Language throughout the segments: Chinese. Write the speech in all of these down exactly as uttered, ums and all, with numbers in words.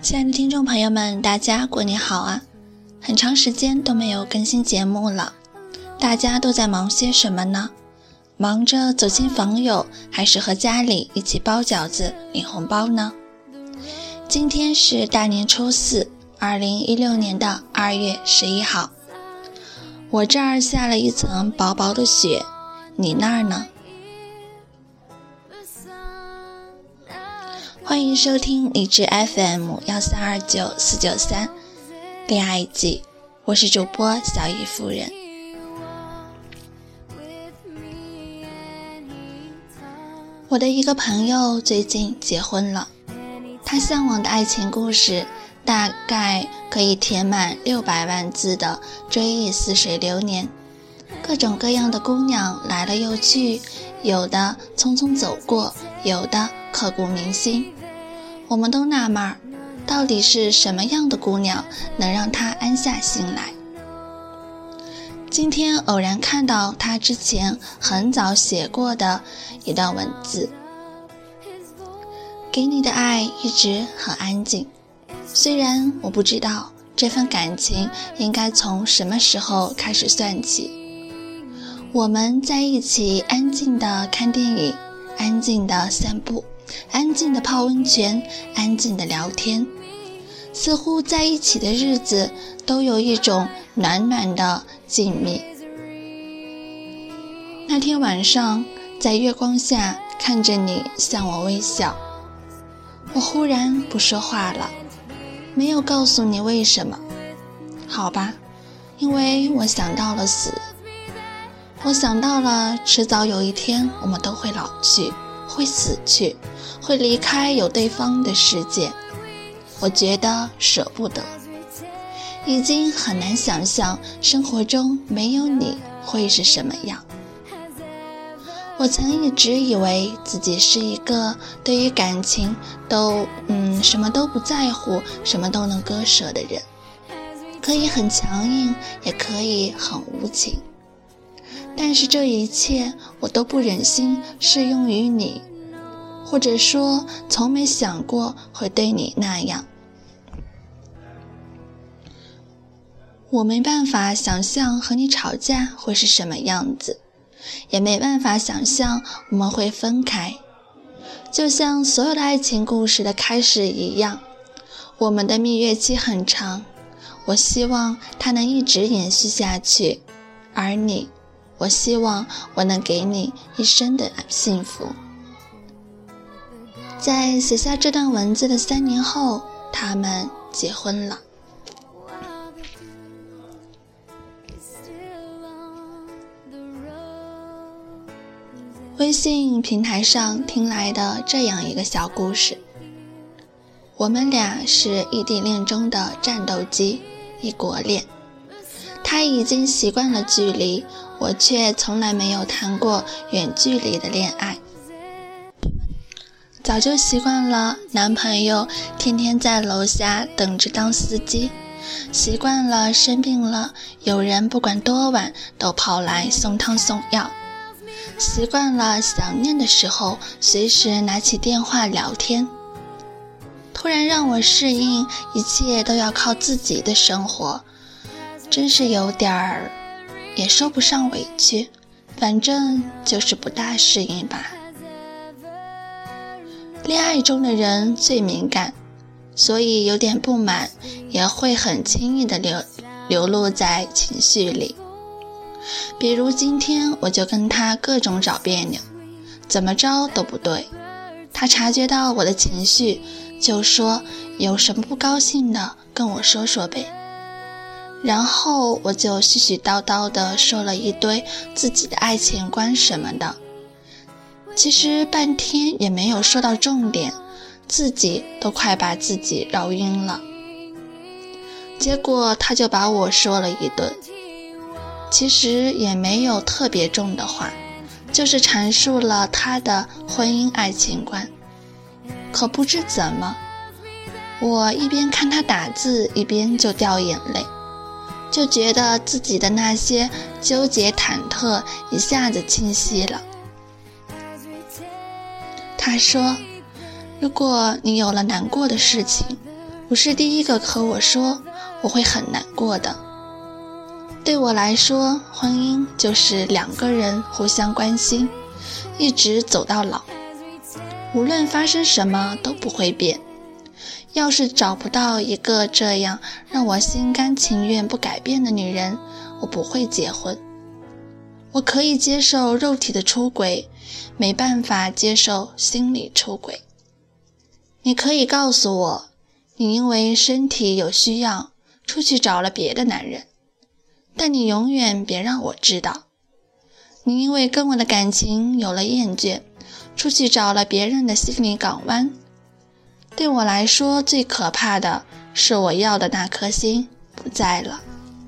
亲爱的听众朋友们，大家过年好啊！很长时间都没有更新节目了，大家都在忙些什么呢？忙着走亲访友，还是和家里一起包饺子领红包呢？今天是大年初四，二零一六年的二月十一号。我这儿下了一层薄薄的雪，你那儿呢？欢迎收听荔枝 F M 一三二九四九三恋爱季，我是主播小姨夫人。我的一个朋友最近结婚了，他向往的爱情故事大概可以填满六百万字的追忆似水流年，各种各样的姑娘来了又去，有的匆匆走过，有的刻骨铭心。我们都纳闷，到底是什么样的姑娘能让他安下心来？今天偶然看到他之前很早写过的一段文字，给你的爱一直很安静，虽然我不知道这份感情应该从什么时候开始算起。我们在一起安静地看电影，安静地散步，安静地泡温泉，安静地聊天，似乎在一起的日子都有一种暖暖的静谧。那天晚上在月光下看着你向我微笑，我忽然不说话了，没有告诉你为什么。好吧，因为我想到了死，我想到了迟早有一天我们都会老去，会死去，会离开有对方的世界。我觉得舍不得，已经很难想象生活中没有你会是什么样。我曾一直以为自己是一个对于感情都嗯什么都不在乎，什么都能割舍的人，可以很强硬，也可以很无情。但是这一切我都不忍心适用于你，或者说从没想过会对你那样。我没办法想象和你吵架会是什么样子，也没办法想象我们会分开。就像所有的爱情故事的开始一样，我们的蜜月期很长，我希望它能一直延续下去，而你，我希望我能给你一生的幸福。在写下这段文字的三年后，他们结婚了。微信平台上听来的这样一个小故事，我们俩是异地恋中的战斗机，异国恋。他已经习惯了距离，我却从来没有谈过远距离的恋爱。早就习惯了男朋友天天在楼下等着当司机，习惯了生病了有人不管多晚都跑来送汤送药，习惯了想念的时候随时拿起电话聊天。突然让我适应一切都要靠自己的生活，真是有点儿，也说不上委屈，反正就是不大适应吧。恋爱中的人最敏感，所以有点不满也会很轻易地流流露在情绪里。比如今天我就跟他各种找别扭，怎么着都不对。他察觉到我的情绪，就说有什么不高兴的跟我说说呗。然后我就絮絮叨叨地说了一堆自己的爱情观什么的，其实半天也没有说到重点，自己都快把自己绕晕了。结果他就把我说了一顿，其实也没有特别重的话，就是阐述了他的婚姻爱情观。可不知怎么，我一边看他打字，一边就掉眼泪，就觉得自己的那些纠结忐忑一下子清晰了。他说，如果你有了难过的事情， 不是第一个和我说我会很难过的。对我来说，婚姻就是两个人互相关心，一直走到老，无论发生什么都不会变。要是找不到一个这样让我心甘情愿不改变的女人，我不会结婚。我可以接受肉体的出轨，没办法接受心理出轨。你可以告诉我，你因为身体有需要出去找了别的男人，但你永远别让我知道，你因为跟我的感情有了厌倦，出去找了别人的心理港湾。对我来说，最可怕的是我要的那颗心不在了。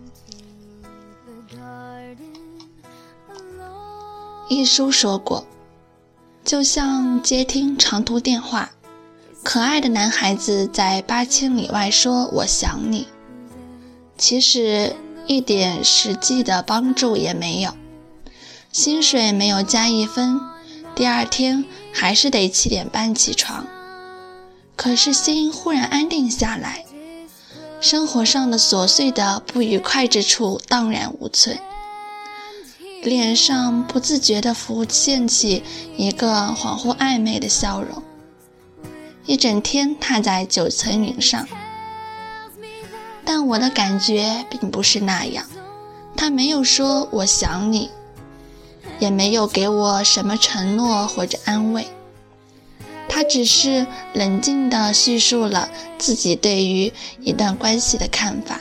一书说过，就像接听长途电话，可爱的男孩子在八千里外说我想你，其实一点实际的帮助也没有，薪水没有加一分，第二天还是得七点半起床。可是心忽然安定下来，生活上的琐碎的不愉快之处荡然无存，脸上不自觉地浮现起一个恍惚暧昧的笑容。一整天踏在九层云上，但我的感觉并不是那样。他没有说我想你，也没有给我什么承诺或者安慰，他只是冷静地叙述了自己对于一段关系的看法。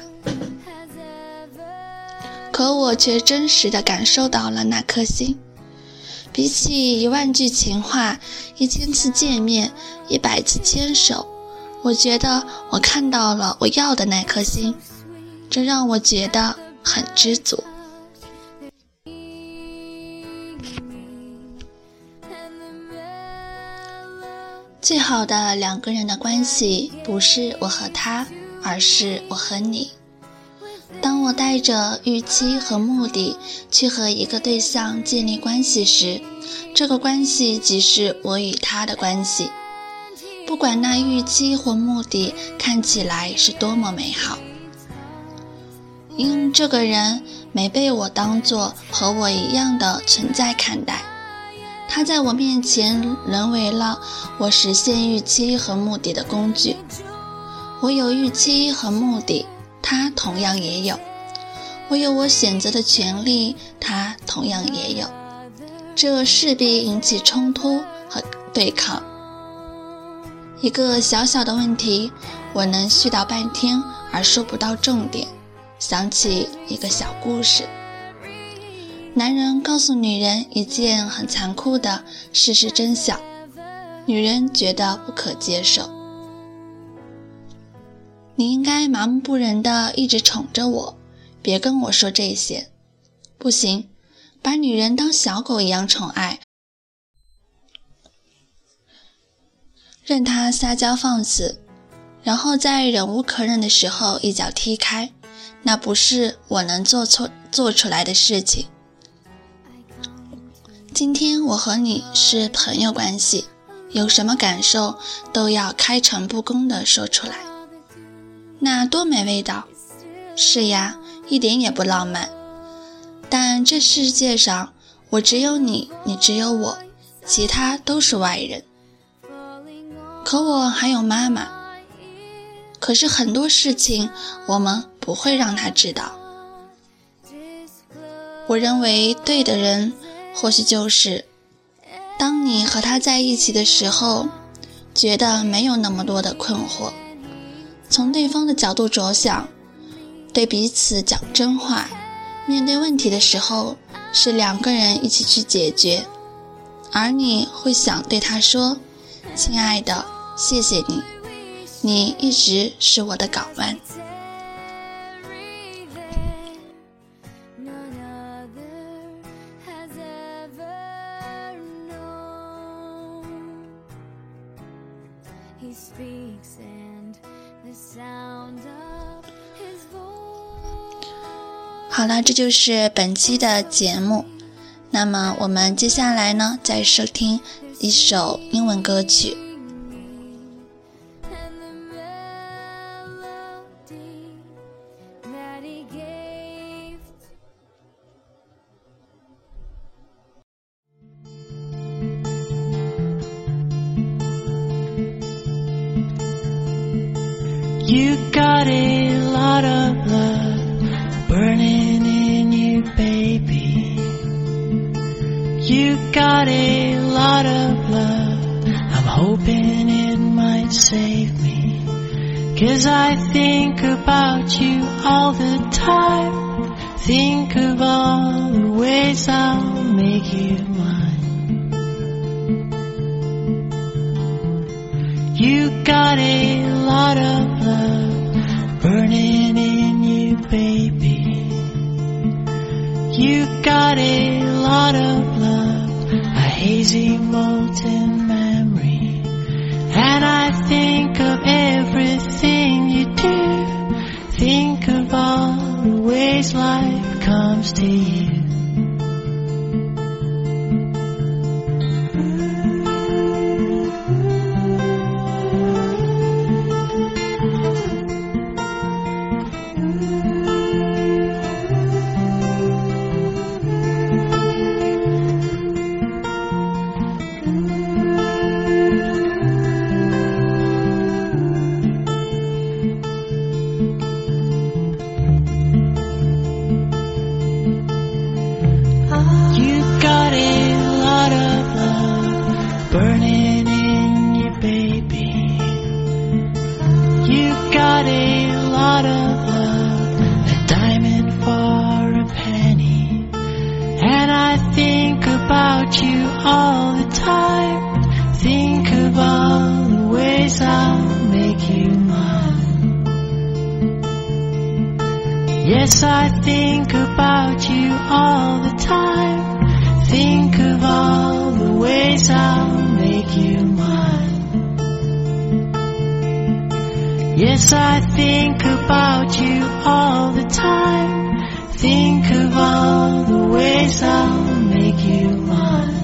可我却真实地感受到了那颗心。比起一万句情话，一千次见面，一百次牵手，我觉得我看到了我要的那颗心，这让我觉得很知足。最好的两个人的关系，不是我和他，而是我和你。当我带着预期和目的去和一个对象建立关系时，这个关系即是我与他的关系，不管那预期或目的看起来是多么美好。因这个人没被我当作和我一样的存在看待，他在我面前沦为了我实现预期和目的的工具。我有预期和目的，他同样也有。我有我选择的权利，他同样也有。这势必引起冲突和对抗。一个小小的问题，我能絮叨半天而说不到重点。想起一个小故事，男人告诉女人一件很残酷的事实真相，女人觉得不可接受。你应该麻木不仁地一直宠着我，别跟我说这些。不行，把女人当小狗一样宠爱，任她撒娇放肆，然后在忍无可忍的时候一脚踢开，那不是我能做错做出来的事情。今天我和你是朋友关系，有什么感受都要开诚布公地说出来。那多没味道。是呀，一点也不浪漫。但这世界上，我只有你，你只有我，其他都是外人。可我还有妈妈。可是很多事情我们不会让她知道。我认为对的人，或许就是当你和他在一起的时候，觉得没有那么多的困惑，从对方的角度着想，对彼此讲真话，面对问题的时候是两个人一起去解决，而你会想对他说，亲爱的，谢谢你，你一直是我的港湾。好了，这就是本期的节目。那么我们接下来呢，再收听一首英文歌曲。 You got a lot of love, I'm hoping it might save me, 'cause I think about you all the time, think of all the ways I'll make you mine. You got a lot of love burning in you, baby. You got a lot of love, a hazy molten memory, and I think of everything you do, think of all the ways life comes to you. Burning in you, baby. You got a lot of love, a diamond for a penny, and I think about you all the time, think of all the ways I'll make you mine. Yes, I think about you all the time, think of all the ways I'll make you mine. Yes, I think about you all the time, think of all the ways I'll make you mine.